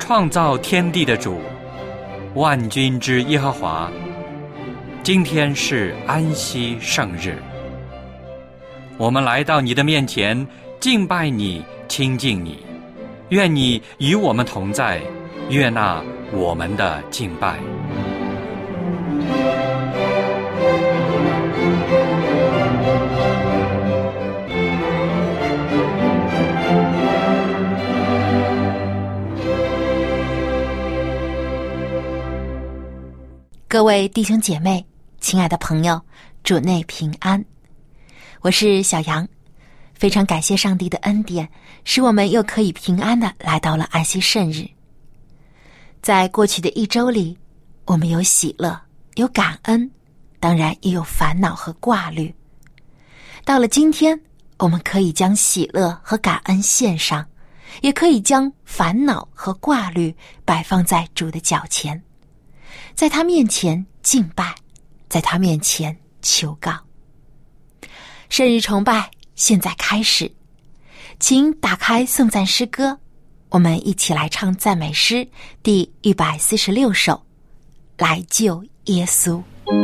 创造天地的主，万军之耶和华，今天是安息圣日。我们来到你的面前，敬拜你，亲近你，愿你与我们同在，悦纳我们的敬拜。 各位弟兄姐妹，亲爱的朋友，主内平安，我是小杨。非常感谢上帝的恩典，使我们又可以平安地来到了安息圣日。在过去的一周里，我们有喜乐，有感恩，当然也有烦恼和挂虑。到了今天，我们可以将喜乐和感恩献上，也可以将烦恼和挂虑摆放在主的脚前，在他面前敬拜，在他面前求告。圣日崇拜现在开始，请打开颂赞诗歌，我们一起来唱赞美诗第146首，来救耶稣。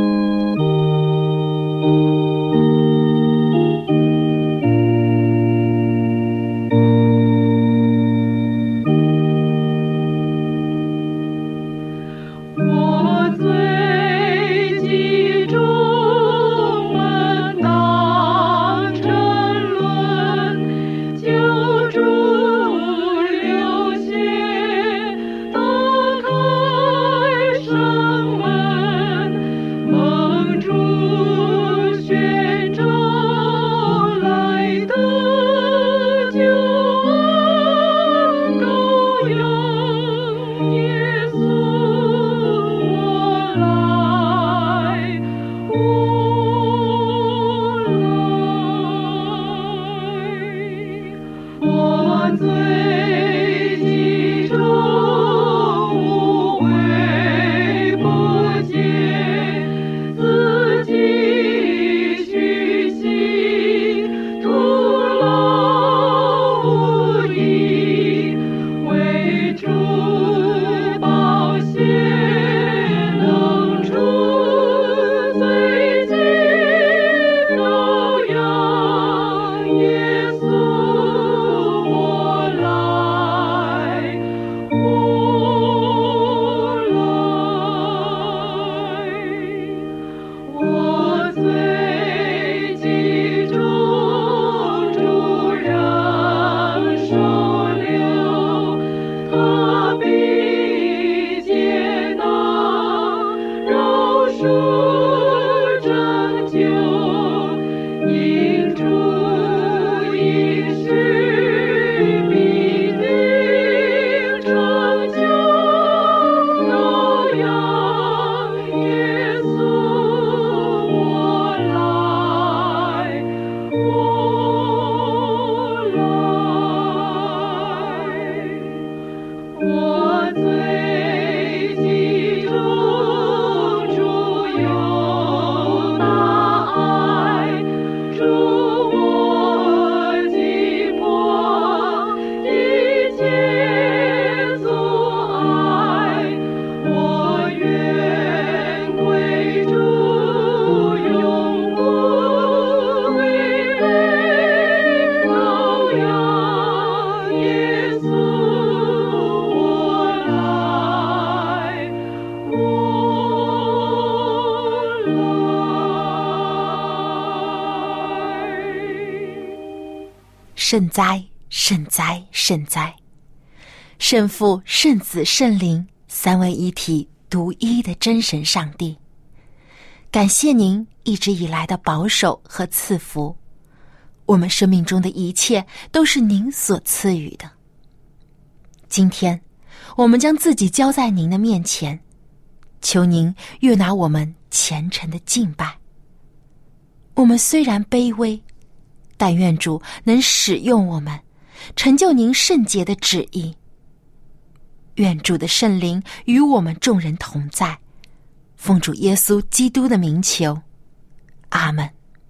圣哉，圣哉，圣哉！圣父、圣子、圣灵，三位一体独一的真神上帝，感谢您一直以来的保守和赐福，我们生命中的一切都是您所赐予的。今天我们将自己交在您的面前，求您悦纳我们虔诚的敬拜。我们虽然卑微，但愿主能使用我们，成就您圣洁的旨意。愿主的圣灵与我们众人同在，奉主耶稣基督的名求，阿们。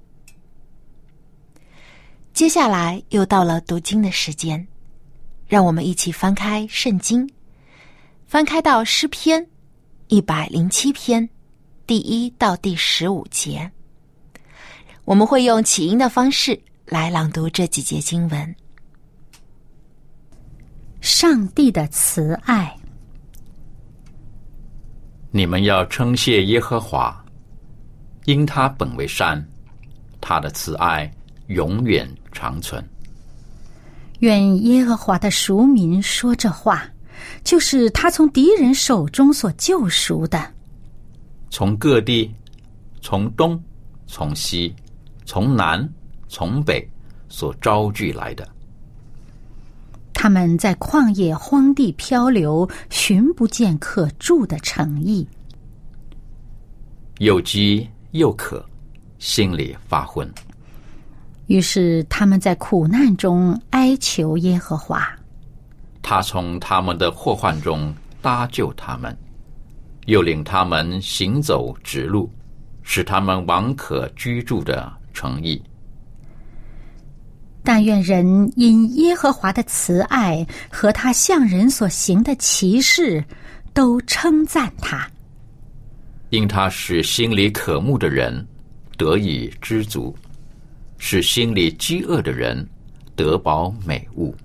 接下来又到了读经的时间，让我们一起翻开圣经， 翻开到诗篇107篇第1到第15节，我们会用起音的方式来朗读这几节经文。 上帝的慈爱， 你们要称谢耶和华，因他本为善，他的慈爱永远长存。 愿耶和华的赎民说这话，就是他从敌人手中所救赎的。 从各地，从东，从西，从南，从北所招聚来的。 他们在旷野荒地漂流，寻不见可住的城邑。 又饥又渴，心里发昏。 于是他们在苦难中哀求耶和华， 他从他们的祸患中搭救他们，又领他们行走直路，使他们往可居住的城邑。 但愿人因耶和华的慈爱和他向人所行的奇事，都称赞他。 因他使心里渴慕的人得以知足，使心里饥饿的人得饱美物。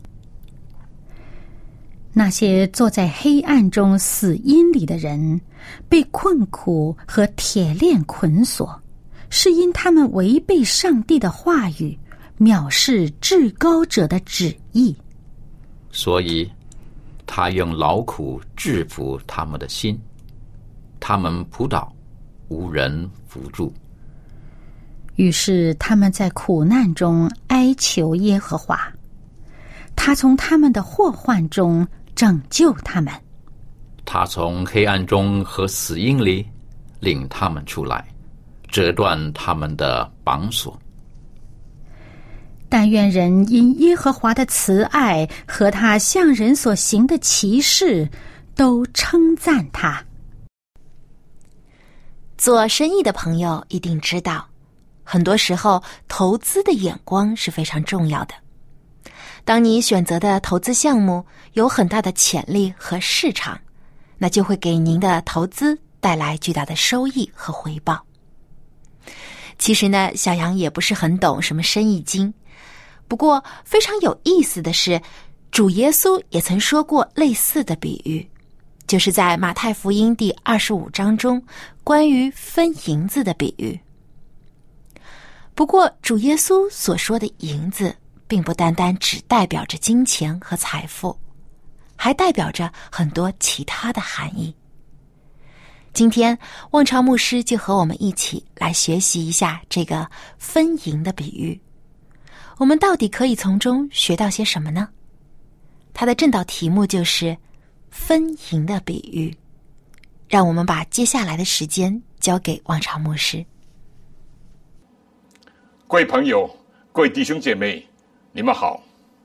那些坐在黑暗中死荫里的人，被困苦和铁链捆锁，是因他们违背上帝的话语，藐视至高者的旨意。 所以他用劳苦制服他们的心，他们扑倒，无人扶助。 于是他们在苦难中哀求耶和华，他从他们的祸患中拯救他们。 他从黑暗中和死荫里领他们出来，折断他们的绑索。 但愿人因耶和华的慈爱和他向人所行的奇事，都称赞他。 做生意的朋友一定知道，很多时候投资的眼光是非常重要的。当你选择的投资项目有很大的潜力和市场，那就会给您的投资带来巨大的收益和回报。其实呢，小杨也不是很懂什么生意经，不过非常有意思的是，主耶稣也曾说过类似的比喻，就是在马太福音第25章中关于分银子的比喻。不过主耶稣所说的银子并不单单只代表着金钱和财富，还代表着很多其他的含义。今天望潮牧师就和我们一起来学习一下这个分银的比喻，我们到底可以从中学到些什么呢？他的正道题目就是分银的比喻。让我们把接下来的时间交给望潮牧师。 各位朋友，各位弟兄姐妹，你们好。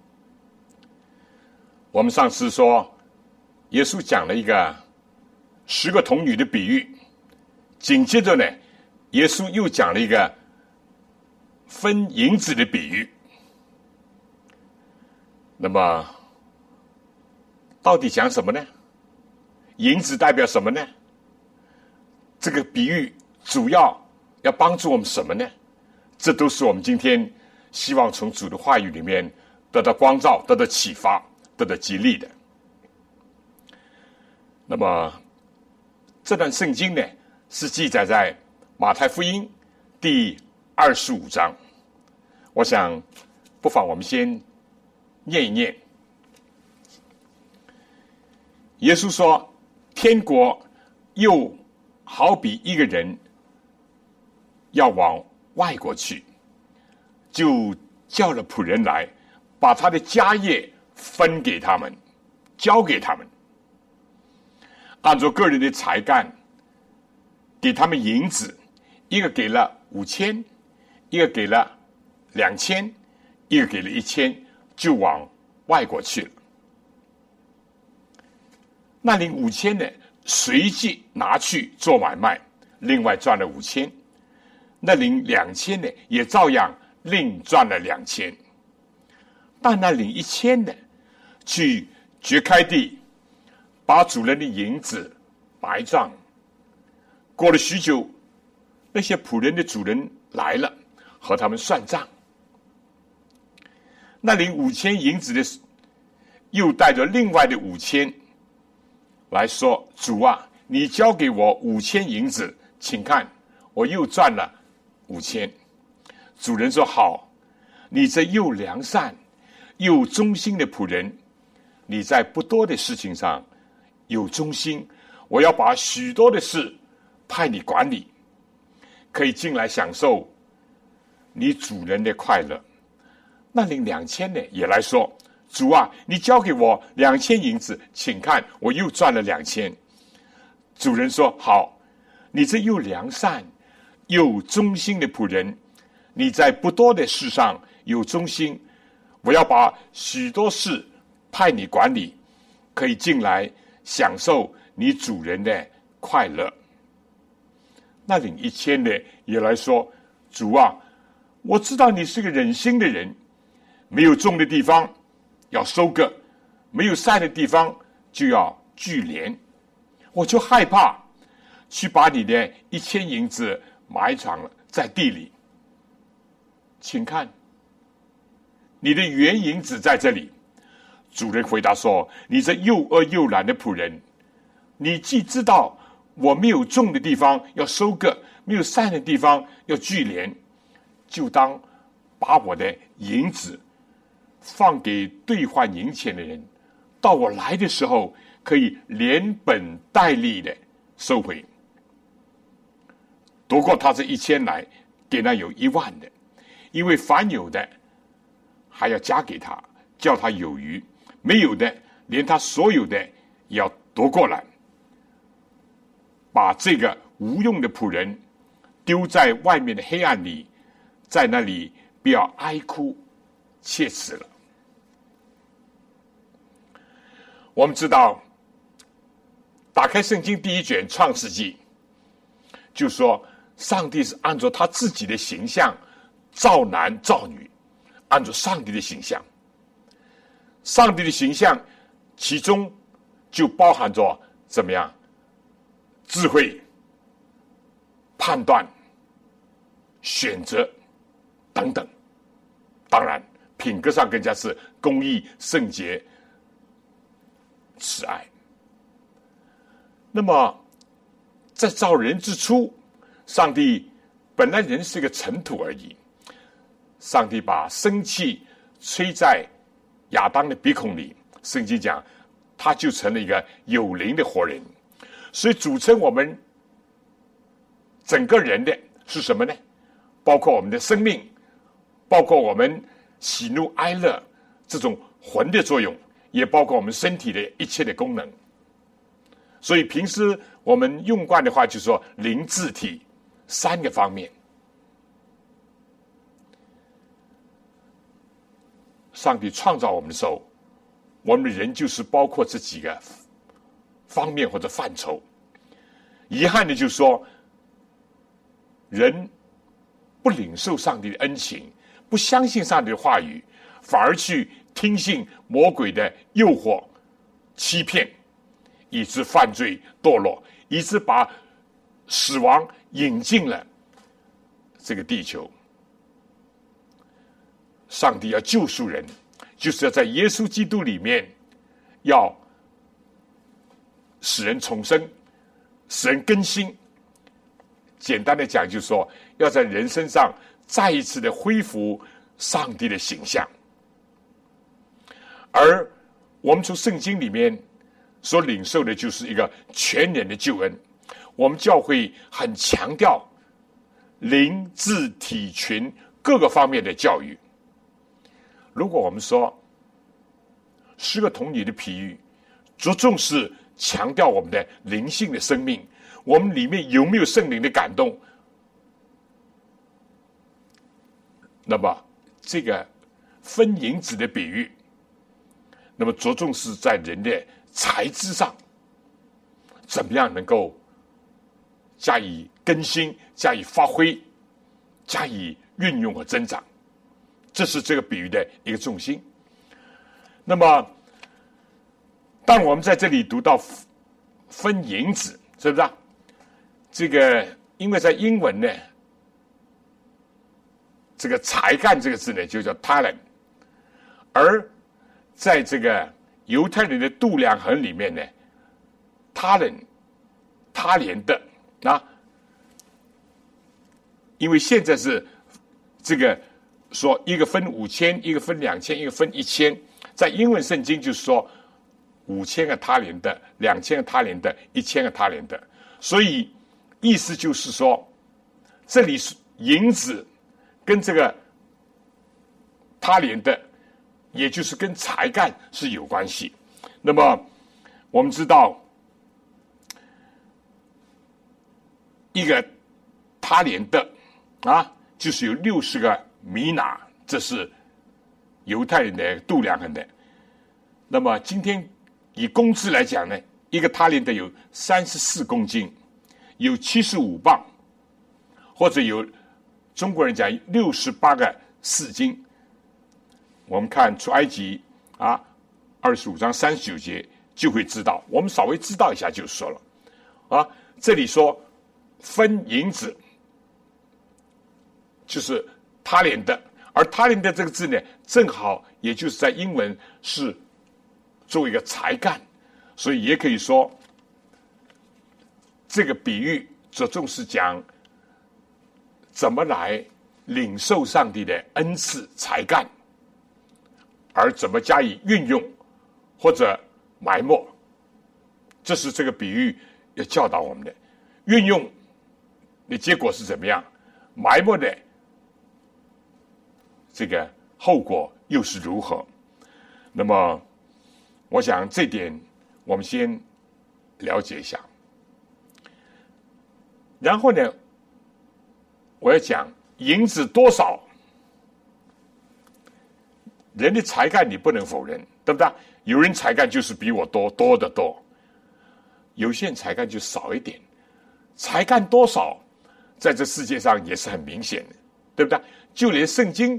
我们上次说耶稣讲了一个10个童女的比喻，紧接着呢，耶稣又讲了一个分银子的比喻。那么到底讲什么呢？银子代表什么呢？这个比喻主要要帮助我们什么呢？这都是我们今天希望从主的话语里面得到光照、得到启发、得到激励的。那么这段圣经呢，是记载在马太福音第25章。我想不妨我们先念一念。耶稣说，天国又好比一个人要往外国去，就叫了仆人来，把他的家业分给他们，交给他们，按照个人的才干给他们银子，一个给了5000，一个给了2000，一个给了1000，就往外国去了。那领5000呢，随即拿去做买卖，另外赚了5000。那领2000呢，也照样另赚了2000。但那领1000呢，去掘开地， 把主人的银子埋葬。过了许久，那些仆人的主人来了，和他们算账。那领5000银子的又带着另外的5000来说：“主啊，你交给我5000银子，请看，我又赚了5000。”主人说：“好，你这又良善又忠心的仆人，你在不多的事情上有忠心，我要把许多的事派你管理，可以进来享受你主人的快乐。”那领2000呢，也来说：“主啊，你交给我2000银子，请看，我又赚了2000。”主人说：“好，你这又良善又忠心的仆人，你在不多的事上有忠心，我要把许多事派你管理，可以进来享受你主人的快乐。”那领1000的也来说：“主啊，我知道你是个忍心的人，没有种的地方要收割，没有散的地方就要聚敛，我就害怕去把你的1000银子埋藏了在地里。请看，你的原银子在这里。”主人回答说：“你这又恶又懒的仆人，你既知道我没有种的地方要收割，没有散的地方要聚敛，就当把我的银子放给兑换银钱的人，到我来的时候可以连本带利的收回。夺过他这1000来，给那有10000的，因为凡有的还要加给他，叫他有余；没有的，连他所有的也要夺过来，把这个无用的仆人丢在外面的黑暗里，在那里必要哀哭切齿了。”我们知道，打开圣经第1卷创世纪，就说上帝是按照他自己的形象造男造女，按照上帝的形象。上帝的形象其中就包含着怎么样智慧、判断、选择等等。当然品格上更加是公义、圣洁、慈爱。那么在造人之初，上帝本来人是一个尘土而已，上帝把生气吹在亚当的鼻孔里，圣经讲他就成了一个有灵的活人。所以组成我们整个人的是什么呢？包括我们的生命，包括我们喜怒哀乐这种魂的作用，也包括我们身体的一切的功能。所以平时我们用惯的话就说灵智体3个方面。上帝创造我们的时候，我们的人就是包括这几个方面或者范畴。遗憾的就是说，人不领受上帝的恩情，不相信上帝的话语，反而去听信魔鬼的诱惑、欺骗，以致犯罪堕落，以致把死亡引进了这个地球。上帝要救赎人，就是要在耶稣基督里面要使人重生，使人更新。简单的讲就是说，要在人身上再一次的恢复上帝的形象。而我们从圣经里面所领受的就是一个全人的救恩。我们教会很强调灵智体群各个方面的教育。如果我们说10个童女的比喻着重是强调我们的灵性的生命，我们里面有没有圣灵的感动，那么这个分银子的比喻，那么着重是在人的才智上怎么样能够加以更新、加以发挥、加以运用和增长，这是这个比喻的一个重心。那么但我们在这里读到分银子，是不是啊？这个因为在英文呢，这个才干这个字呢就叫 talent， 而在这个犹太人的度量衡里面呢 ，talent 他连的啊，因为现在是这个说一个分5000，一个分2000，一个分1000，在英文圣经就是说5000个他连的，2000个他连的，1000个他连的，所以意思就是说，这里是银子跟这个他连的，也就是跟才干是有关系。那么我们知道，一个他连的啊，就是有60个米拿，这是犹太人的度量衡的。那么今天以公制来讲呢，一个他连的有34公斤，有75磅，或者有中国人讲68个4斤。我们看出埃及啊25章39节就会知道，我们稍微知道一下就说了啊。这里说分银子就是他连的，而他连的这个字呢，正好也就是在英文是作为一个才干，所以也可以说这个比喻着重是讲怎么来领受上帝的恩赐才干，而怎么加以运用或者埋没，这是这个比喻要教导我们的。运用的结果是怎么样，埋没的这个后果又是如何。那么我想这点我们先了解一下，然后呢我要讲银子多少。人的才干你不能否认，对不对？有人才干就是比我多，多得多，有些人才干就少一点。才干多少在这世界上也是很明显的，对不对？就连圣经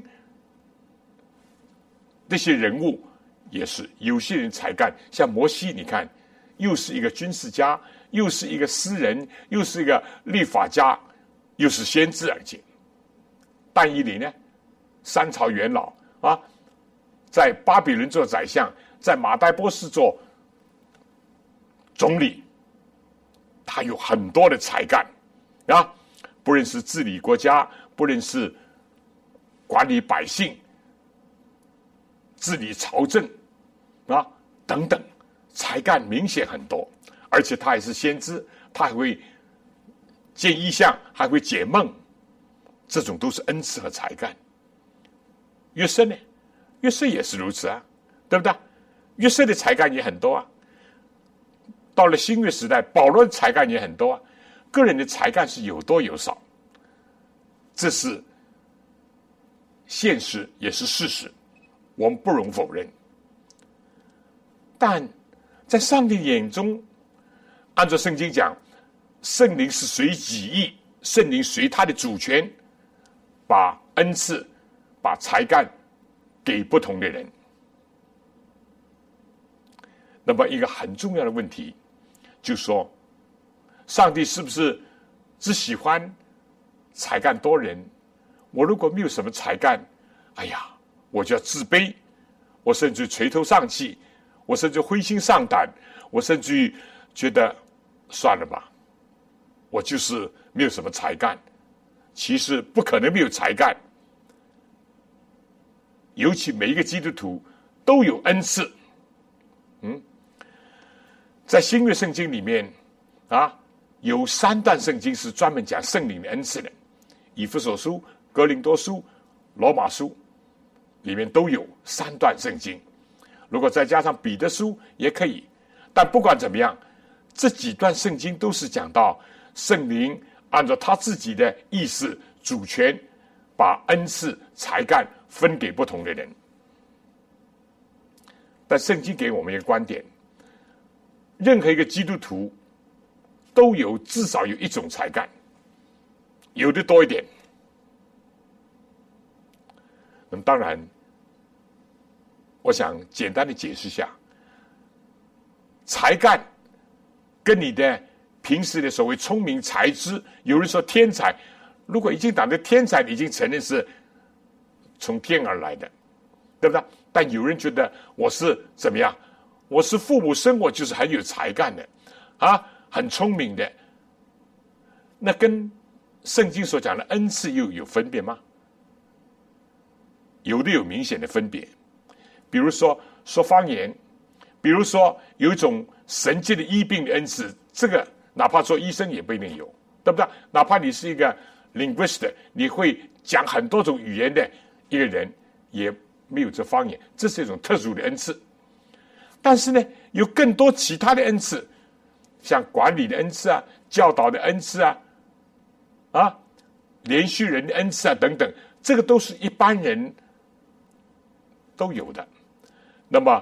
那些人物也是，有些人才干，像摩西，你看又是一个军事家，又是一个诗人，又是一个律法家，又是先知，而且但以理呢3朝元老啊，在巴比伦做宰相，在马代波斯做总理，他有很多的才干啊，不论是治理国家，不论是管理百姓，治理朝政啊等等，才干明显很多。而且他还是先知，他还会见异象，还会解梦，这种都是恩赐和才干。约瑟呢？约瑟也是如此啊，对不对？约瑟的才干也很多啊。到了新约时代，保罗的才干也很多啊。个人的才干是有多有少，这是现实，也是事实，我们不容否认。但在上帝眼中，按照圣经讲，圣灵是随己意，圣灵随他的主权，把恩赐、把才干给不同的人。那么一个很重要的问题就是说，上帝是不是只喜欢才干多人？我如果没有什么才干，哎呀，我就要自卑，我甚至垂头丧气，我甚至灰心丧胆，我甚至于觉得算了吧，我就是没有什么才干。其实不可能没有才干，尤其每一个基督徒都有恩赐。在新约圣经里面啊，有3段圣经是专门讲圣灵的恩赐的，以弗所书、哥林多书、罗马书里面都有3段圣经，如果再加上彼得书也可以。但不管怎么样，这几段圣经都是讲到圣灵按照他自己的意思主权，把恩赐才干分给不同的人。但圣经给我们一个观点，任何一个基督徒都有至少有一种才干，有的多一点。那么当然我想简单的解释一下， 才干跟你的平时的所谓聪明才智，有人说天才，如果已经打的天才，已经承认是从天而来的，对不对？但有人觉得我是怎么样？我是父母生我就是很有才干的啊，很聪明的。那跟圣经所讲的恩赐又有分别吗？有的有明显的分别，比如说说方言，比如说有一种神迹的医病的恩赐，这个哪怕做医生也不一定有，对不对？哪怕你是一个 linguist， 你会讲很多种语言的一个人，也没有这方言，这是一种特殊的恩赐。但是呢，有更多其他的恩赐，像管理的恩赐啊、教导的恩赐啊、连续人的恩赐啊等等，这个都是一般人都有的。那么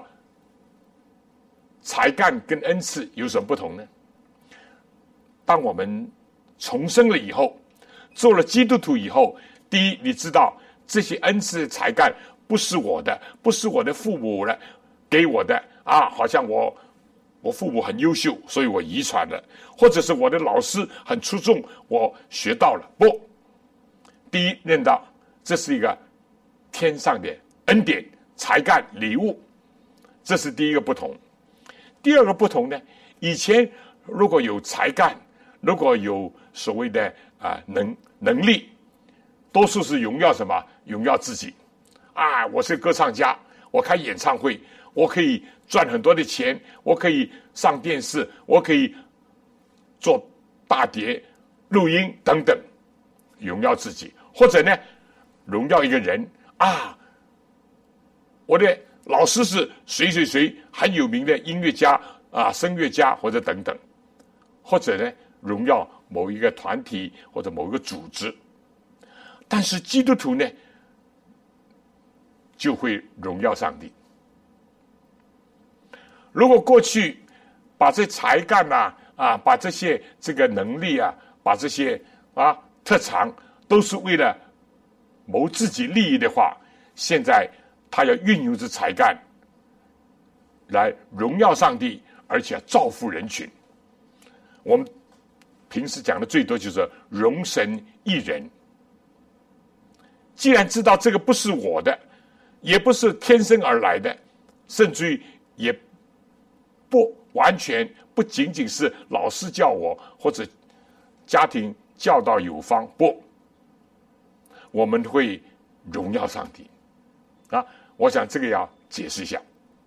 才干跟恩赐有什么不同呢？当我们重生了以后，做了基督徒以后，第一，你知道这些恩赐才干不是我的，不是我的父母的给我的啊，好像我父母很优秀，所以我遗传了，或者是我的老师很出众，我学到了。不，第一认到这是一个天上的恩典、才干、礼物，这是第一个不同。第二个不同呢，以前如果有才干，如果有所谓的能力，多数是荣耀什么？荣耀自己啊！我是歌唱家，我开演唱会，我可以赚很多的钱，我可以上电视，我可以做大碟、录音等等，荣耀自己。或者呢，荣耀一个人啊，我的老师是谁谁谁很有名的音乐家啊、声乐家或者等等，或者呢，荣耀某一个团体或者某一个组织。但是基督徒呢，就会荣耀上帝。如果过去把这才干把这些这个能力把这些特长都是为了谋自己利益的话，现在他要运用这才干来荣耀上帝，而且造福人群。我们平时讲的最多就是荣神益人。既然知道这个不是我的，也不是天生而来的，甚至于也不完全不仅仅是老师教我或者家庭教导有方，不，我们会荣耀上帝我想这个要解释一下。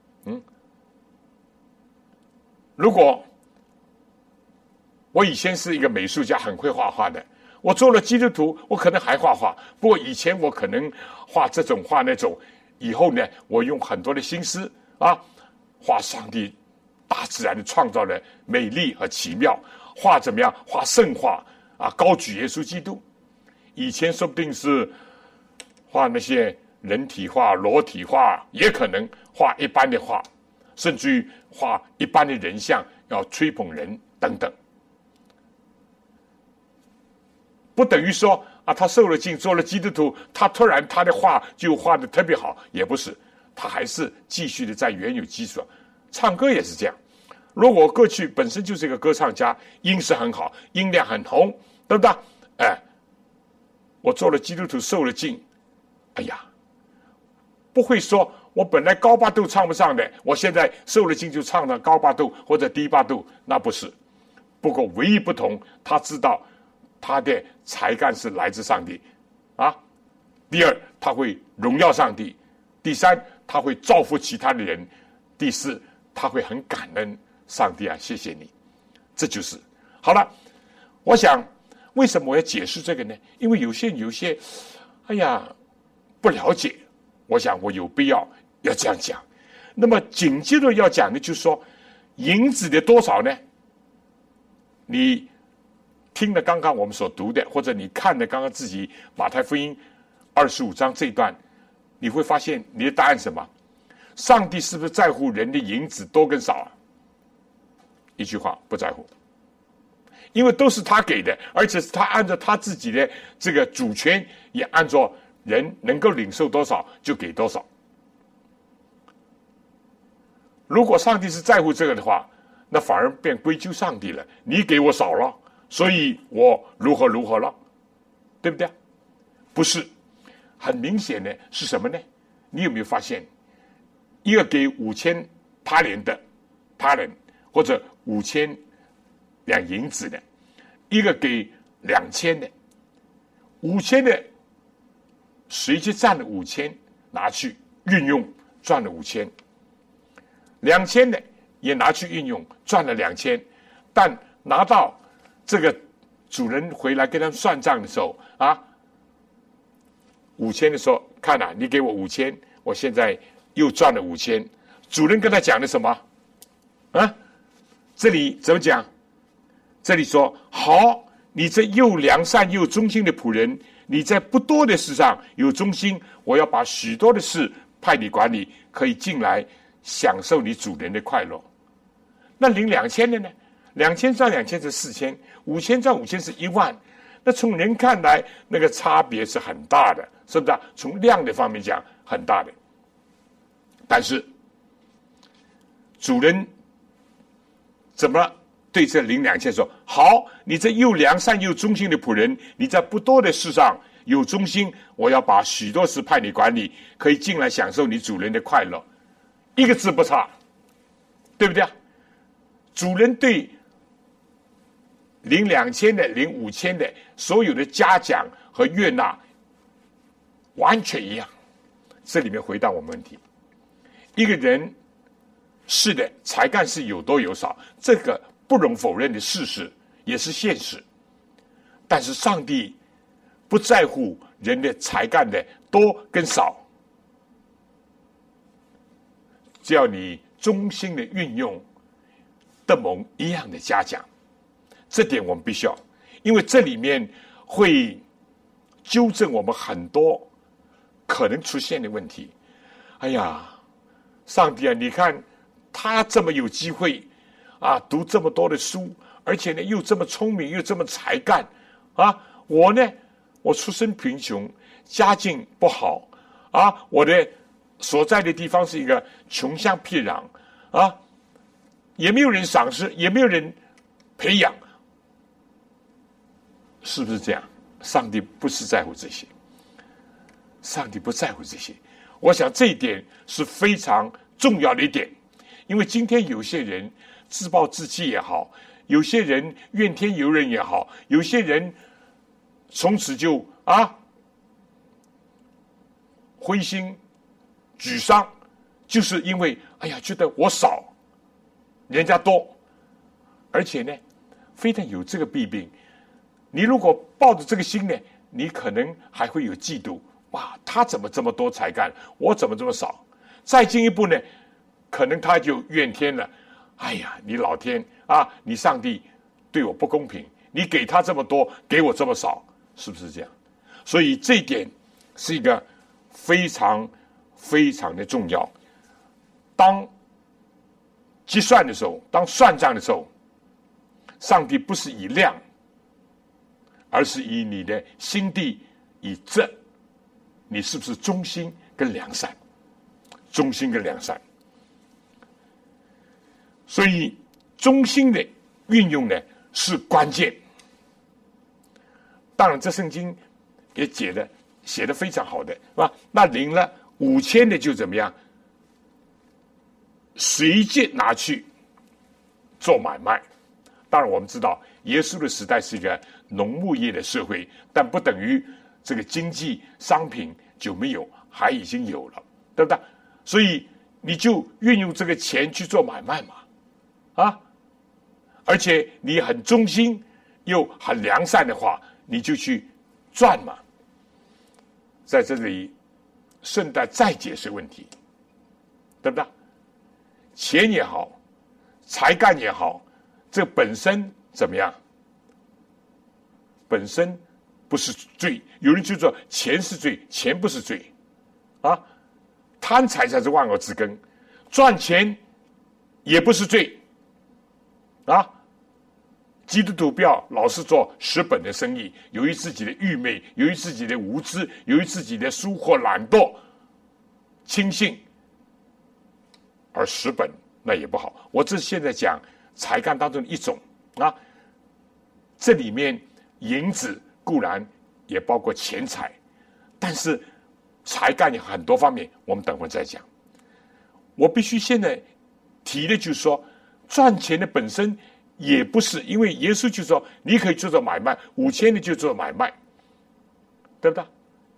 如果我以前是一个美术家，很会画画的，我做了基督徒，我可能还画画，不过以前我可能画这种画那种，以后呢，我用很多的心思画上帝大自然的创造的美丽和奇妙，画怎么样？画圣画高举耶稣基督。以前说不定是画那些人体画、裸体画，也可能画一般的画，甚至于画一般的人像，要吹捧人等等。不等于说他受了浸做了基督徒，他突然他的画就画得特别好，也不是，他还是继续的在原有基础上。唱歌也是这样，如果我过去本身就是一个歌唱家，音色很好，音量很红，对不对？我做了基督徒受了浸，不会说我本来高八度唱不上的，我现在受了浸就唱到高八度或者低八度，那不是。不过唯一不同，他知道他的才干是来自上帝第二，他会荣耀上帝；第三，他会造福其他的人；第四，他会很感恩上帝谢谢你。这就是好了。我想为什么我要解释这个呢？因为有些不了解，我想我有必要这样讲。那么紧接着要讲的就是说，银子的多少呢？你听了刚刚我们所读的，或者你看了刚刚自己马太福音25章这一段，你会发现你的答案是什么？上帝是不是在乎人的银子多跟少一句话，不在乎，因为都是他给的，而且是他按照他自己的这个主权，也按照人能够领受多少就给多少。如果上帝是在乎这个的话， 那反而变归咎上帝了。你给我少了，所以我如何如何了，对不对？不是，很明显的是什么呢？你有没有发现，一个给5000他连的他人，或者5000两银子的，一个给2000的，5000的谁去占了5000，拿去运用赚了5000，2000的也拿去运用赚了2000，但拿到这个主人回来跟他们算账的时候啊，5000的时候，看啊，你给我5000，我现在又赚了5000。主人跟他讲的什么？啊，这里怎么讲？这里说：好，你这又良善又忠心的仆人，你在不多的事上有忠心，我要把许多的事派你管理，可以进来享受你主人的快乐。那领2000的呢？2000赚2000是4000，5000赚5000是10000。那从人看来，那个差别是很大的，是不是？从量的方面讲，很大的。但是主人怎么对这领2000说？好，你这又良善又忠心的仆人，你在不多的事上有忠心，我要把许多事派你管理，可以进来享受你主人的快乐。一个字不差，对不对？主人对领2000的、领5000的所有的嘉奖和悦纳完全一样。这里面回答我们问题：一个人是的，才干是有多有少，这个不容否认的事实，也是现实。但是上帝不在乎人的才干的多跟少，只要你忠心的运用，得蒙一样的嘉奖。这点我们必须要，因为这里面会纠正我们很多可能出现的问题。哎呀，上帝啊，你看他这么有机会啊，读这么多的书，而且呢又这么聪明，又这么才干啊，我呢，我出身贫穷，家境不好啊，我的所在的地方是一个穷乡僻壤啊，也没有人赏识，也没有人培养，是不是这样？上帝不是在乎这些，上帝不在乎这些。我想这一点是非常重要的一点，因为今天有些人自暴自弃也好，有些人怨天尤人也好，有些人从此就灰心沮丧，就是因为哎呀，觉得我少，人家多，而且呢，非但有这个弊病，你如果抱着这个心呢，你可能还会有嫉妒。哇，他怎么这么多才干，我怎么这么少？再进一步呢，可能他就怨天了。哎呀，你老天啊，你上帝对我不公平，你给他这么多，给我这么少，是不是这样？所以这一点是一个非常非常的重要。当计算的时候，当算账的时候，上帝不是以量，而是以你的心地，以这你是不是忠心跟良善，忠心跟良善。所以忠心的运用呢是关键。当然这圣经也写得非常好的，是吧？那领了5000的就怎么样，随即拿去做买卖。当然我们知道耶稣的时代是一个农牧业的社会，但不等于这个经济商品就没有，还已经有了，对不对？所以你就运用这个钱去做买卖嘛，而且你很忠心又很良善的话，你就去赚嘛。在这里顺带再解释问题，对不对？钱也好，才干也好，这本身怎么样？本身不是罪。有人就说钱是罪，钱不是罪贪财才是万恶之根，赚钱也不是罪基督徒不要老是做蚀本的生意，由于自己的愚昧，由于自己的无知，由于自己的疏忽懒惰轻信而蚀本，那也不好。我这现在讲才干当中的一种啊。这里面银子固然也包括钱财，但是才干有很多方面，我们等会再讲。我必须现在提的就是说，赚钱的本身也不是，因为耶稣就说你可以做买卖，5000的就做买卖，对不对？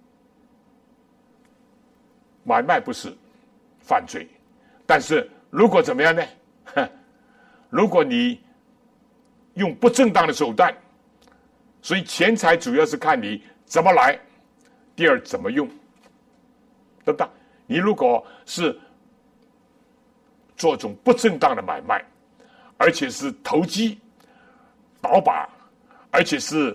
买卖不是犯罪，但是如果怎么样呢？如果你用不正当的手段，所以钱财主要是看你怎么来，第二怎么用，对不对？你如果是做种不正当的买卖，而且是投机倒把，而且是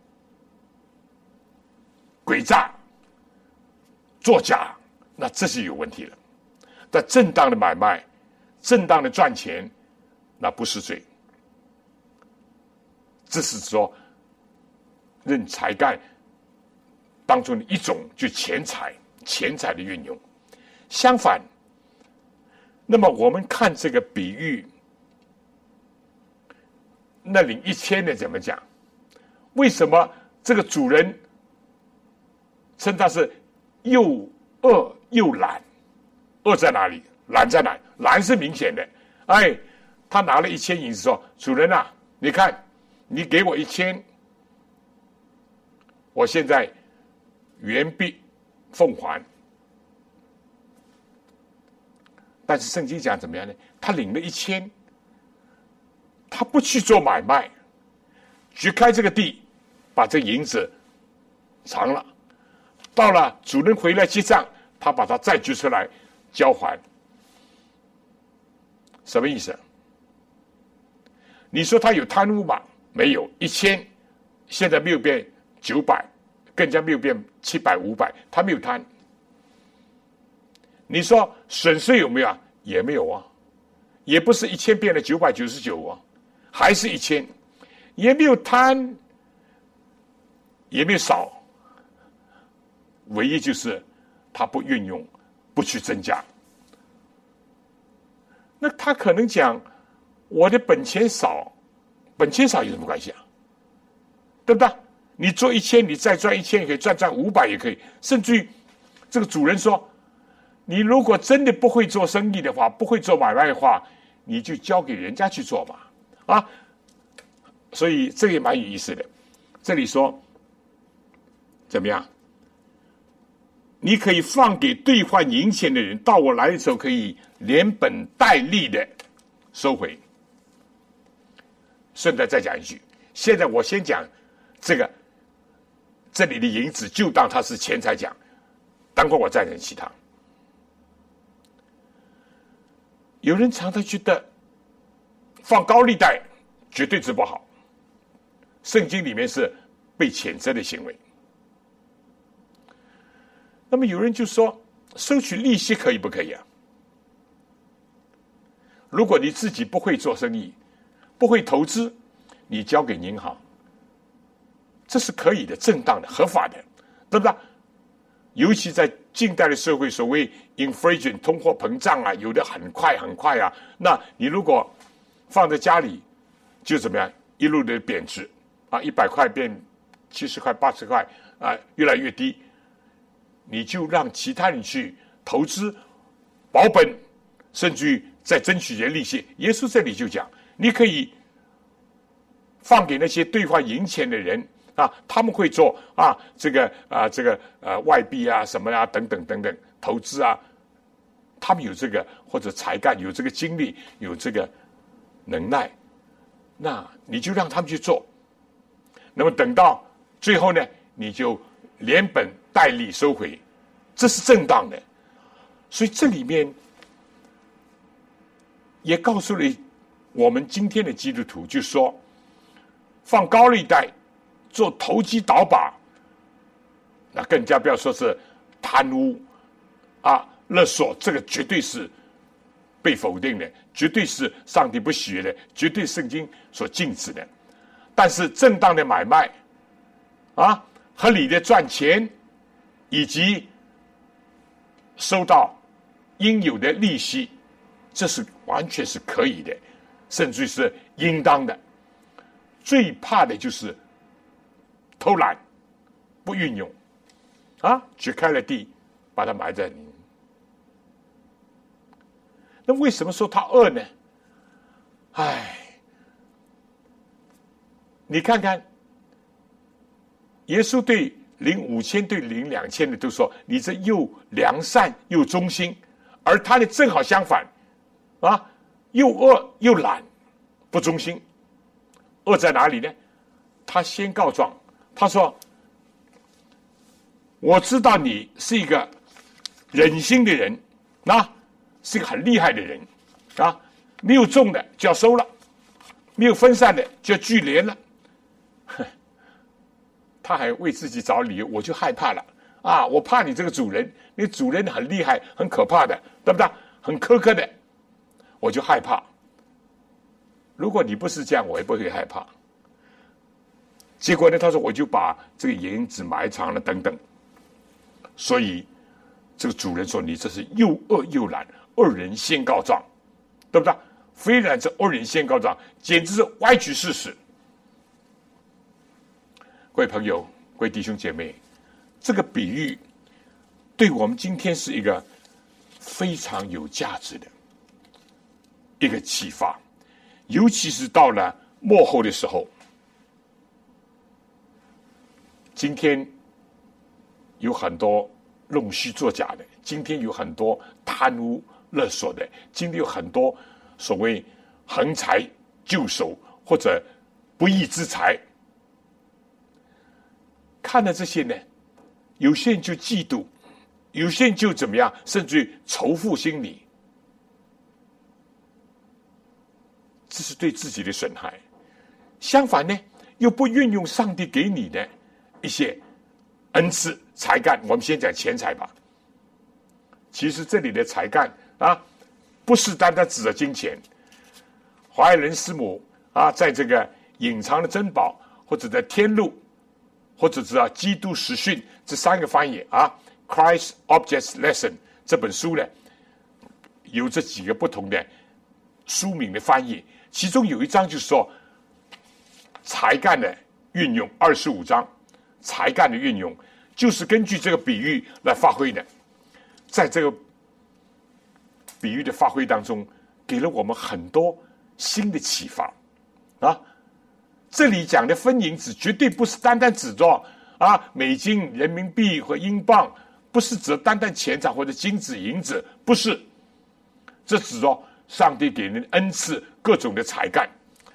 诡诈作假，那这是有问题了。但正当的买卖，正当的赚钱，那不是罪。这是说认才干当中的一种，就钱财的运用。相反，那么我们看这个比喻，那领1000的怎么讲？为什么这个主人称他是又恶又懒？恶在哪里？懒在哪里？懒是明显的。哎，他拿了1000银子说：“主人啊，你看，你给我1000，我现在原币奉还。”但是圣经讲怎么样呢？他领了1000，他不去做买卖，掘开这个地，把这银子藏了。到了主人回来结账，他把它再掘出来交还。什么意思？你说他有贪污吗？没有，1000现在没有变900，更加没有变700、500，他没有贪。你说损失有没有啊？也没有啊，也不是1000变了999啊，还是1000，也没有贪，也没有少，唯一就是他不运用，不去增加。那他可能讲，我的本钱少，本钱少有什么关系啊？对不对？你做1000，你再赚1000也可以，赚500也可以，甚至于这个主人说，你如果真的不会做生意的话，不会做买卖的话，你就交给人家去做嘛，啊！所以这也蛮有意思的。这里说怎么样？你可以放给兑换银钱的人，到我来的时候可以连本带利的收回。顺带再讲一句，现在我先讲这里的银子，就当它是钱财讲，等会我再讲其他。有人常常觉得放高利贷绝对是不好，圣经里面是被谴责的行为。那么有人就说，收取利息可以不可以啊？如果你自己不会做生意，不会投资，你交给银行，这是可以的，正当的，合法的，对不对？尤其在近代的社会，所谓 inflation 通货膨胀啊，有的很快很快啊。那你如果放在家里，就怎么样，一路的贬值啊，100块变70块、80块啊，越来越低。你就让其他人去投资保本，甚至于再争取些利息。耶稣这里就讲，你可以放给那些兑换银钱的人啊，他们会做啊这个外币啊什么啊等等等等投资啊，他们有这个或者才干，有这个精力，有这个能耐，那你就让他们去做。那么等到最后呢，你就连本带利收回，这是正当的。所以这里面也告诉了我们今天的基督徒，就说放高利贷、做投机倒把，那更加不要说是贪污啊、勒索，这个绝对是被否定的，绝对是上帝不喜悦的，绝对圣经所禁止的。但是正当的买卖啊，合理的赚钱，以及收到应有的利息，这是完全是可以的。 甚至是应当的。最怕的就是偷懒，不运用，掘开了地，把它埋在里面。那为什么说他恶呢？你看看，耶稣对领5000对领2000的都说，你这又良善又忠心，而他呢正好相反，又恶又懒，不忠心。恶在哪里呢？他先告状，他说：“我知道你是一个忍心的人，是一个很厉害的人，没有种的就要收了，没有分散的就要聚敛了。”他还为自己找理由，我就害怕了我怕你这个主人，你主人很厉害，很可怕的，对不对？很苛刻的，我就害怕。如果你不是这样，我也不会害怕。结果呢，他说我就把这个银子埋藏了等等。所以这个主人说，你这是又恶又懒，恶人先告状，对不对？非然这恶人先告状，简直是歪曲事实。各位朋友，各位弟兄姐妹，这个比喻对我们今天是一个非常有价值的一个启发，尤其是到了末后的时候。今天有很多弄虚作假的，今天有很多贪污勒索的，今天有很多所谓横财就手或者不义之财。看了这些呢，有些人就嫉妒，有些人就怎么样，甚至于仇富心理，这是对自己的损害。相反呢，又不运用上帝给你的一些恩赐才干。我们先讲钱财吧。其实这里的才干不是单单指着金钱。华人师母在这个隐藏的珍宝，或者在天路，或者是基督实训这3个翻译Christ Objects Lesson 这本书呢，有这几个不同的书名的翻译。其中有一章就是说才干的运用，25章才干的运用就是根据这个比喻来发挥的。在这个比喻的发挥当中，给了我们很多新的启发这里讲的分银子绝对不是单单指着美金、人民币和英镑，不是指单单钱财或者金子、银子，不是，这指着上帝给人的恩赐，各种的才干。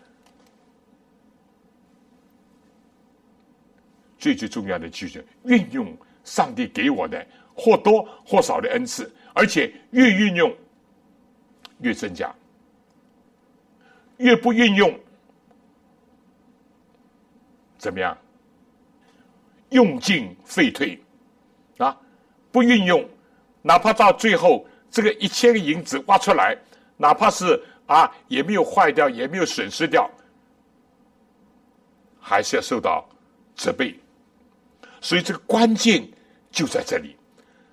最重要的就是运用上帝给我的或多或少的恩赐，而且越运用越增加，越不运用怎么样？用尽废退不运用，哪怕到最后这个1000个银子挖出来，哪怕是也没有坏掉，也没有损失掉，还是要受到责备。所以这个关键就在这里，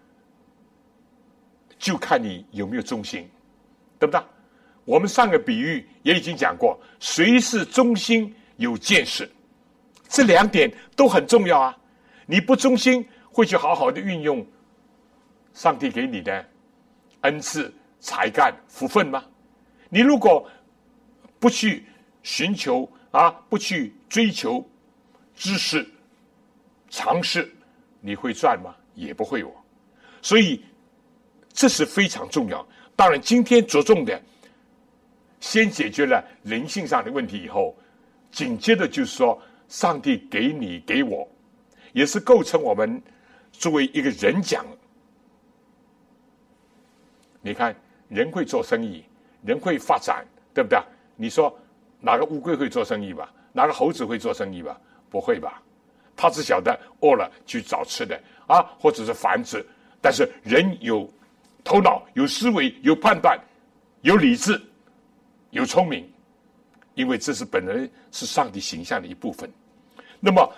就看你有没有忠心，对不对？我们上个比喻也已经讲过，谁是忠心有见识，这2点都很重要你不忠心，会去好好的运用上帝给你的恩赐、才干、福分吗？你如果不去寻求不去追求知识、尝试，你会赚吗？也不会所以这是非常重要。当然今天着重的先解决了人性上的问题以后，紧接着就是说上帝给你给我，也是构成我们作为一个人讲。你看人会做生意，人会发展，对不对？你说哪个乌龟会做生意吧？哪个猴子会做生意吧？不会吧？他只晓得饿了去找吃的或者是繁殖。但是人有头脑，有思维，有判断，有理智，有聪明，因为这是本人是上帝形象的一部分。那么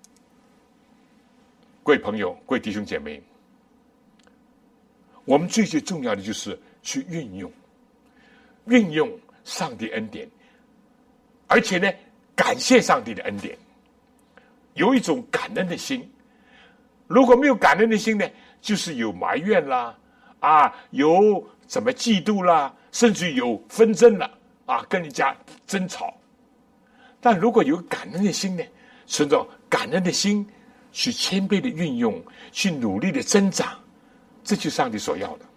各位朋友，各位弟兄姐妹，我们最重要的就是去运用上帝恩典，而且呢，感谢上帝的恩典，有一种感恩的心。如果没有感恩的心呢，就是有埋怨啦，有怎么嫉妒啦，甚至有纷争了，跟人家争吵。但如果有感恩的心呢，顺着感恩的心去谦卑的运用，去努力的增长，这就是上帝所要的。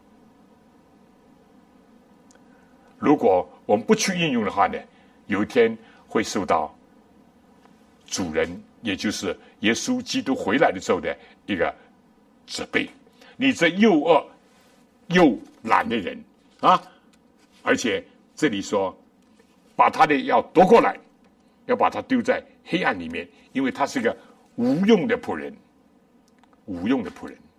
如果我们不去运用的话呢，有一天会受到主人，也就是耶稣基督回来的时候的一个责备。你这又恶又懒的人啊！而且这里说，把他的要夺过来，要把他丢在黑暗里面，因为他是个无用的仆人，无用的仆人。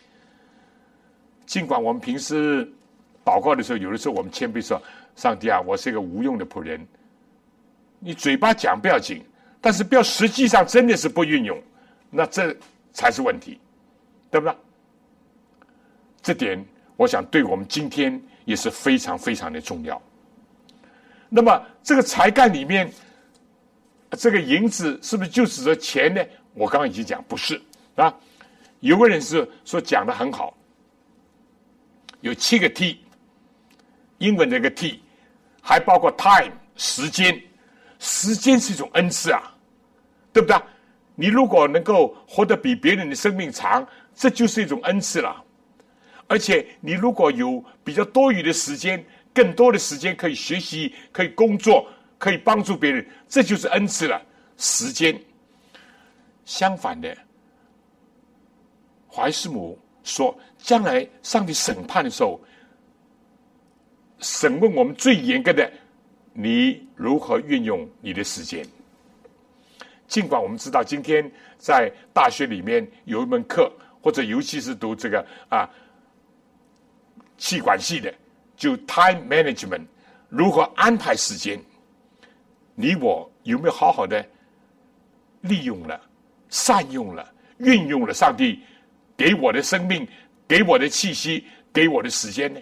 尽管我们平时祷告的时候，有的时候我们谦卑说：“上帝啊，我是一个无用的仆人。”你嘴巴讲不要紧，但是不要实际上真的是不运用，那这才是问题，对不对？这点我想对我们今天也是非常非常的重要。那么这个才干里面，这个银子是不是就指着钱呢？我刚刚已经讲不是啊。有个人是说讲得很好，有7个 T， 英文这个 T 还包括 time 时间，时间是一种恩赐啊，对不对？你如果能够活得比别人的生命长，这就是一种恩赐了。而且你如果有比较多余的时间，更多的时间可以学习，可以工作，可以帮助别人，这就是恩赐了。时间。相反的，怀斯姆说，将来上帝审判的时候，审问我们最严格的，你如何运用你的时间。尽管我们知道今天在大学里面有一门课，或者尤其是读这个企管系的，就 time management， 如何安排时间，你我有没有好好的利用了、善用了、运用了上帝给我的生命、给我的气息、给我的时间呢？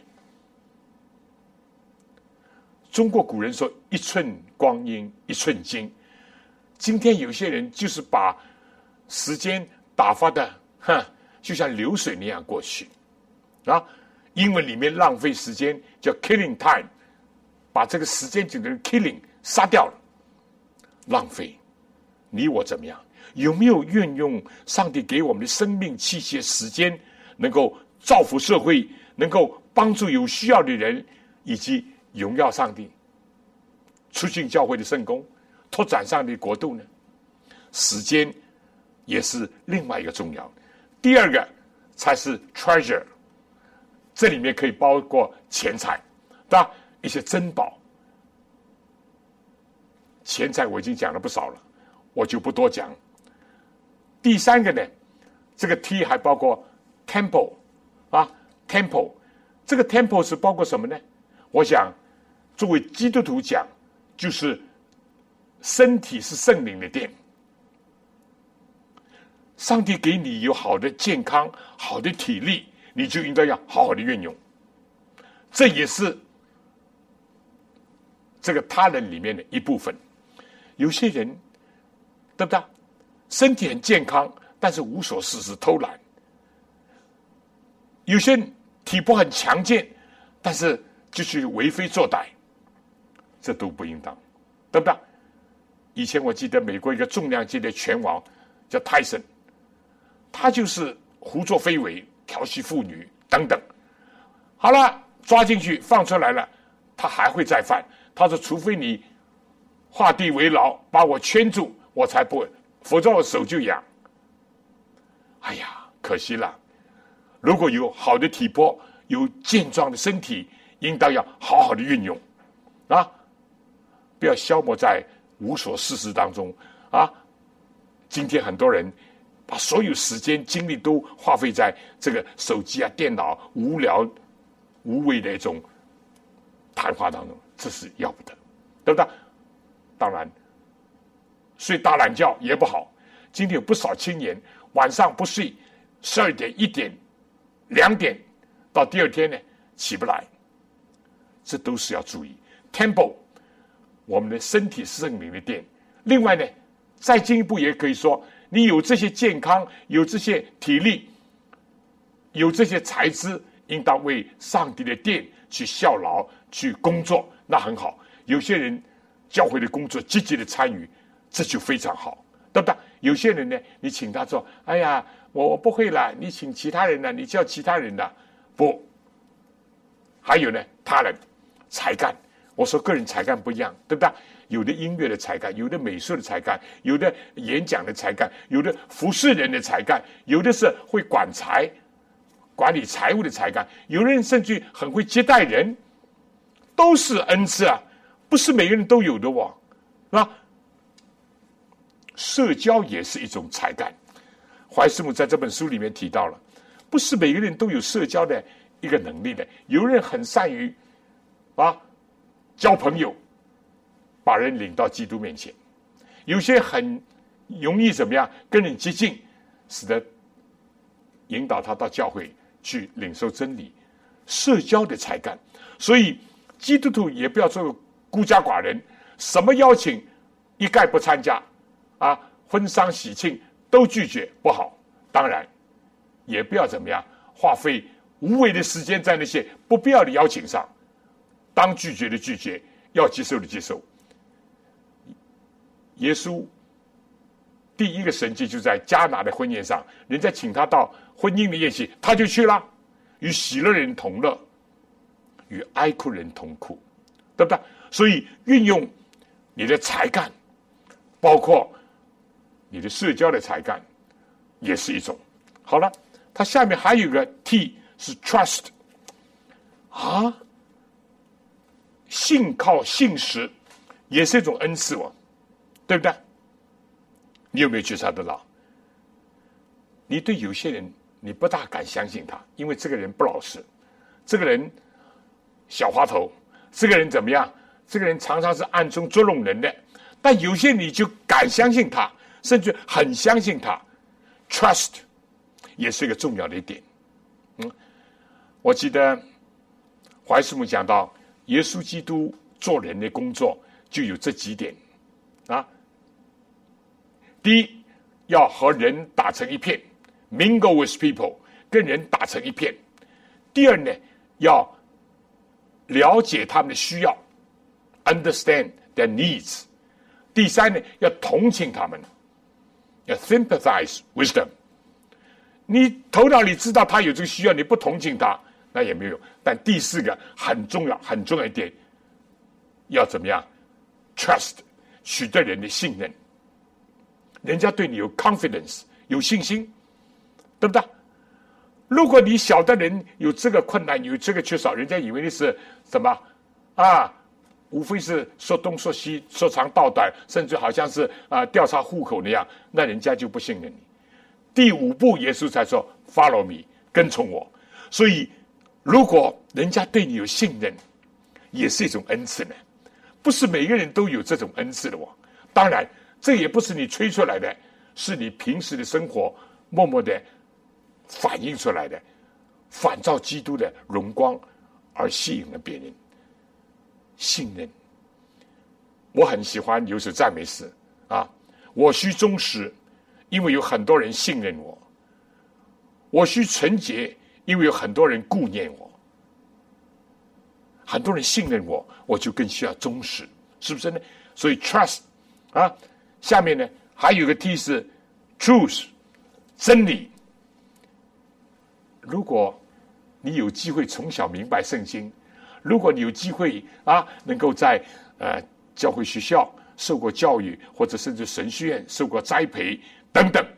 中国古人说一寸光阴一寸金，今天有些人就是把时间打发的就像流水那样过去啊。英文里面浪费时间叫 killing time， 把这个时间整个人 killing 杀掉了，浪费。你我怎么样？有没有运用上帝给我们的生命气息时间，能够造福社会，能够帮助有需要的人，以及荣耀上帝，促进教会的圣工，拓展上帝的国度呢？时间也是另外一个重要。第二个才是 treasure， 这里面可以包括钱财，对吧？一些珍宝。钱财我已经讲了不少了，我就不多讲。第三个呢，这个 T 还包括 temple temple， 这个 temple 是包括什么呢？我想作为基督徒讲，就是身体是圣灵的殿。上帝给你有好的健康、好的体力，你就应该要好好的运用。这也是这个他人里面的一部分。有些人，对不对？身体很健康，但是无所事事，偷懒。有些人体魄很强健，但是就去为非作歹，这都不应当，对不对？以前我记得美国一个重量级的拳王叫泰森，他就是胡作非为、调戏妇女等等。好了，抓进去放出来了，他还会再犯。他说：“除非你画地为牢，把我圈住，我才不会，否则我手就痒。”哎呀，可惜了。如果有好的体魄，有健壮的身体，应当要好好的运用啊，不要消磨在无所事事当中啊。今天很多人把所有时间精力都花费在这个手机电脑无聊无谓的一种谈话当中，这是要不得，对不对？当然睡大懒觉也不好。今天有不少青年晚上不睡，12点、1点、2点，到第二天呢起不来，这都是要注意。 temple， 我们的身体是圣灵的殿。另外呢，再进一步也可以说，你有这些健康，有这些体力，有这些才智，应当为上帝的殿去效劳，去工作，那很好。有些人教会的工作积极的参与，这就非常好，对不对？有些人呢，你请他做，哎呀，我不会了，你请其他人了，你叫其他人了，不。还有呢，他人才干，我说个人才干不一样，对不对？有的音乐的才干，有的美术的才干，有的演讲的才干，有的服侍人的才干，有的是会管理财务的才干，有人甚至很会接待人，都是恩赐啊，不是每个人都有的哦，是吧？社交也是一种才干，怀斯姆在这本书里面提到了，不是每个人都有社交的一个能力的，有人很善于交朋友，把人领到基督面前，有些很容易怎么样跟人接近，使得引导他到教会去领受真理，社交的才干。所以基督徒也不要做个孤家寡人，什么邀请一概不参加婚丧喜庆都拒绝，不好。当然也不要怎么样花费无谓的时间在那些不必要的邀请上，当拒绝的拒绝，要接受的接受。耶稣第一个神迹就在迦拿的婚宴上，人家请他到婚姻的宴席，他就去了，与喜乐人同乐，与哀哭人同哭，对不对？所以运用你的才干，包括你的社交的才干，也是一种。好了，它下面还有一个 T 是 trust 信靠信实，也是一种恩赐哦，对不对？你有没有觉察得到？你对有些人你不大敢相信他，因为这个人不老实，这个人小滑头，这个人怎么样？这个人常常是暗中捉弄人的。但有些你就敢相信他，甚至很相信他。trust 也是一个重要的一点。我记得怀斯姆讲到，耶稣基督做人的工作就有这几点第一，要和人打成一片 ，mingle with people， 跟人打成一片。第二呢，要了解他们的需要 ，understand their needs。第三呢，要同情他们，要 sympathize with them。你头脑里知道他有这个需要，你不同情他，那也没有用。但第四个很重要，很重要一点，要怎么样 ？trust， 取得人的信任。人家对你有 confidence， 有信心，对不对？如果你晓得人有这个困难，有这个缺少，人家以为你是什么无非是说东说西，说长道短，甚至好像是调查户口那样，那人家就不信任你。第五步，耶稣才说 follow me， 跟从我。所以如果人家对你有信任，也是一种恩赐呢，不是每个人都有这种恩赐的当然这也不是你吹出来的，是你平时的生活默默的反映出来的，反照基督的荣光而吸引了别人。信任，我很喜欢有首赞美诗我须忠实，因为有很多人信任我；我须纯洁，因为有很多人顾念我。很多人信任我，我就更需要忠实，是不是呢？所以 trust 下面呢还有一个 T 是 truth， 真理。如果你有机会从小明白圣经，如果你有机会能够在教会学校受过教育，或者甚至神学院受过栽培等等，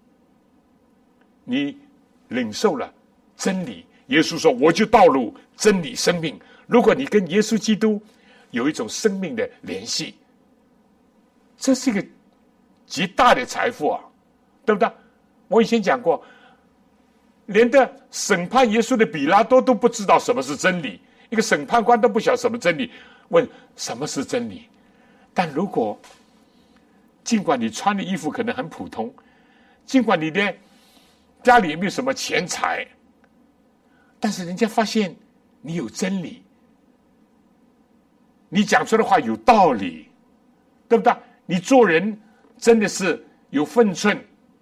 你领受了真理。耶稣说：“我就道路、真理、生命。”如果你跟耶稣基督有一种生命的联系，这是一个极大的财富对不对？我以前讲过，连的审判耶稣的比拉多都不知道什么是真理，一个审判官都不晓得什么真理，问什么是真理。但如果尽管你穿的衣服可能很普通，尽管你的家里也没有什么钱财，但是人家发现你有真理， 你讲出的话有道理，对不对？你做人真的是有分寸，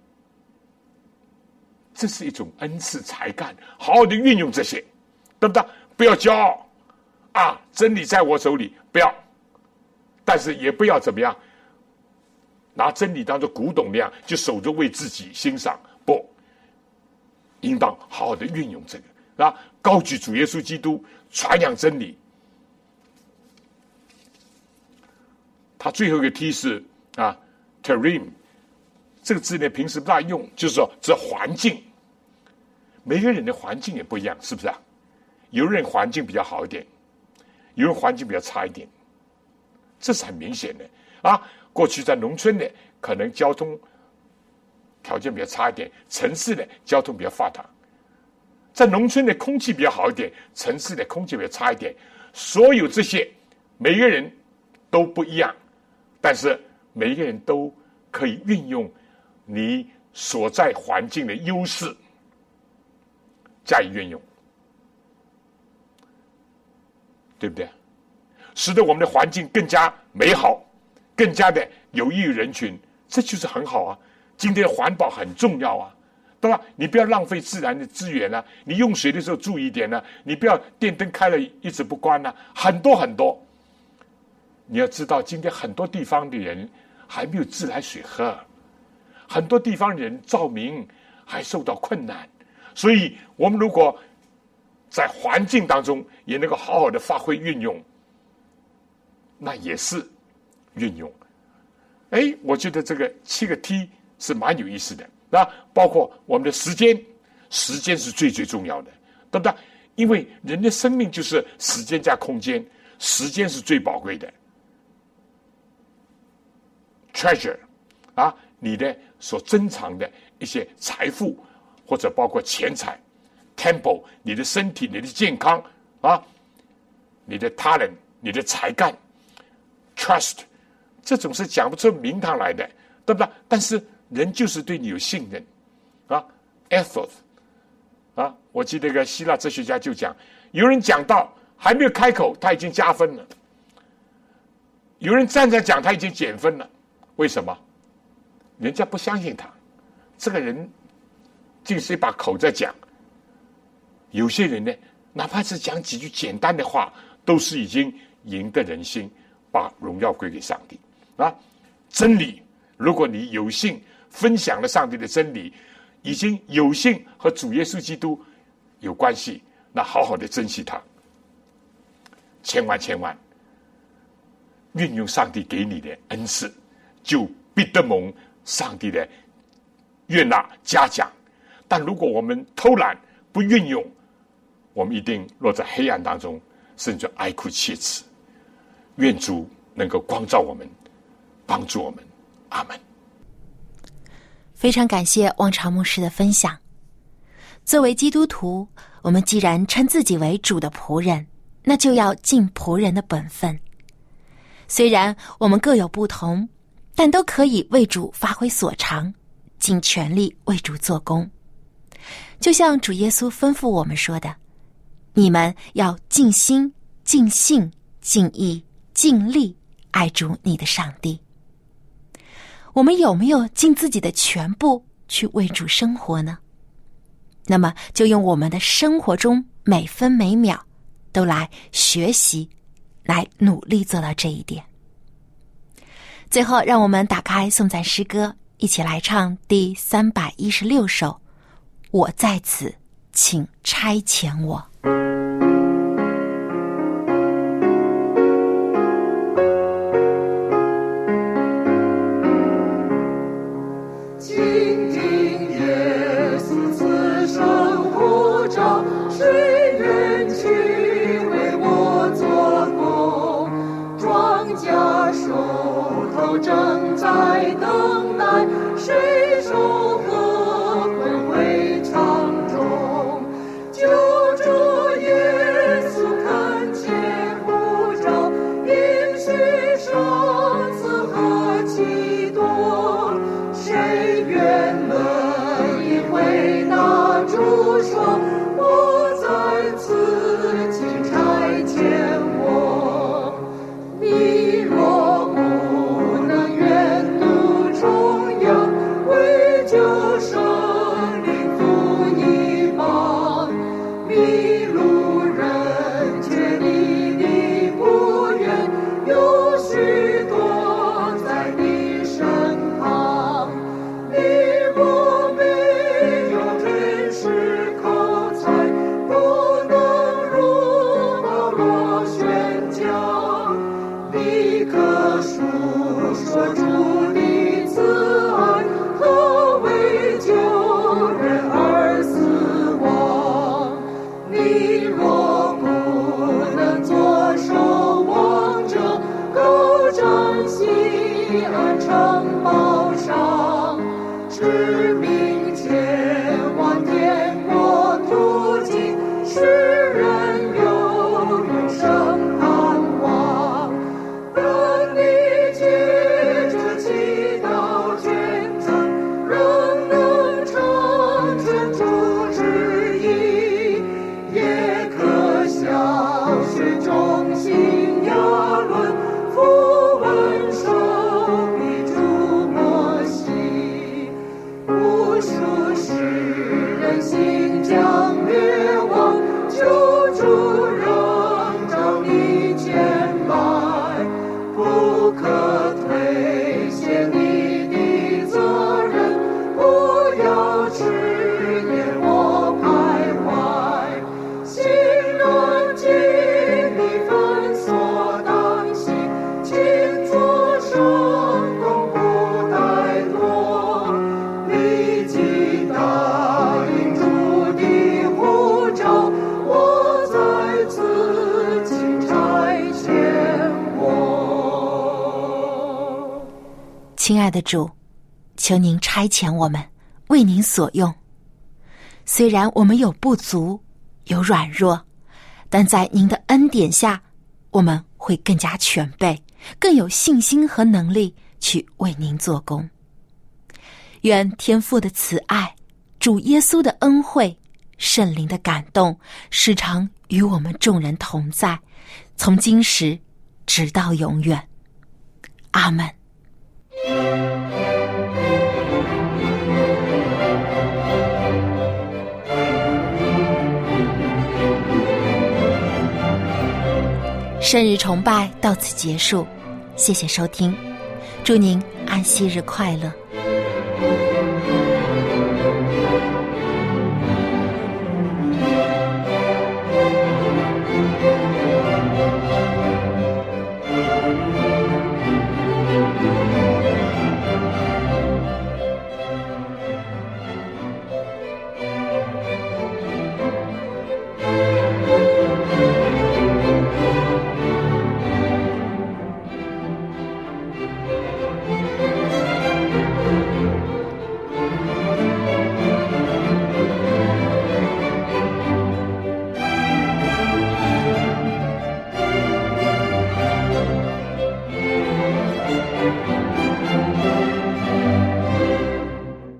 这是一种恩赐才干，好好的运用这些，对不对？不要骄傲啊！真理在我手里，不要，但是也不要怎么样，拿真理当作古董那样就守着为自己欣赏，不，应当好好的运用这个啊，高举主耶稣基督，传扬真理。他最后一个 T 是啊 ，terim 这个字呢，平时不大用，就是说这环境，每个人的环境也不一样，是不是啊？有人环境比较好一点，有人环境比较差一点，这是很明显的啊。过去在农村的，可能交通条件比较差一点，城市的交通比较发达。在农村的空气比较好一点，城市的空气比较差一点。所有这些，每个人都不一样，但是每一个人都可以运用你所在环境的优势加以运用，对不对？使得我们的环境更加美好，更加的有益于人群，这就是很好啊。今天的环保很重要啊，对吧？你不要浪费自然的资源啊，你用水的时候注意一点啊，你不要电灯开了一直不关啊，很多很多。你要知道，今天很多地方的人还没有自来水喝，很多地方人照明还受到困难，所以我们如果在环境当中也能够好好的发挥运用，那也是运用。我觉得这个7个 T 是蛮有意思的，那包括我们的时间，时间是最重要的，对不对？因为人的生命就是时间加空间，时间是最宝贵的 treasure 啊，你的所珍藏的一些财富，或者包括钱财 temple， 你的身体，你的健康啊，你的 talent， 你的才干 trust， 这种是讲不出名堂来的，对不对？但是人就是对你有信任啊 ethos 啊，我记得一个希腊哲学家就讲，有人讲到还没有开口他已经加分了，有人站在讲他已经减分了，为什么？人家不相信他，这个人竟是一把口在讲。有些人呢，哪怕是讲几句简单的话，都是已经赢得人心，把荣耀归给上帝啊！真理，如果你有幸分享了上帝的真理，已经有幸和主耶稣基督有关系，那好好的珍惜它，千万运用上帝给你的恩赐，就必得蒙上帝的悦纳嘉奖。但如果我们偷懒不运用，我们一定落在黑暗当中，甚至哀哭切齿。愿主能够光照我们，帮助我们。阿们。 非常感谢汪潮牧师的分享。作为基督徒，我们既然称自己为主的仆人，那就要尽仆人的本分。虽然我们各有不同，但都可以为主发挥所长，尽全力为主做工。就像主耶稣吩咐我们说的，你们要尽心、尽性、尽意、尽力爱主你的上帝。我们有没有尽自己的全部去为主生活呢？那么就用我们的生活中每分每秒都来学习，来努力做到这一点。最后让我们打开颂赞诗歌，一起来唱第316首，我在此，请差遣我。 正在等待，谁收获混为场中？救主耶述说主的慈爱，何为救人而死亡？你若不能左手望着，高瞻西安城堡上，指明千万天国途径，使人有永生盼望。等你借着祈祷捐赠，仍能成全主旨意，也可像水中行亚伦，复闻受比主摩西。无数世人心将灭亡，救主仍照你前来，不可推卸你的责任，不要迟延或徘徊。心软尽力分所当行，请作圣功不怠惰，立即答应主的呼召，我在此请差遣我。 亲爱的主，求您差遣我们，为您所用。虽然我们有不足，有软弱，但在您的恩典下，我们会更加全备，更有信心和能力去为您做工。愿天父的慈爱，主耶稣的恩惠，圣灵的感动，时常与我们众人同在，从今时直到永远。阿们。生日崇拜到此结束，谢谢收听，祝您安息日快乐。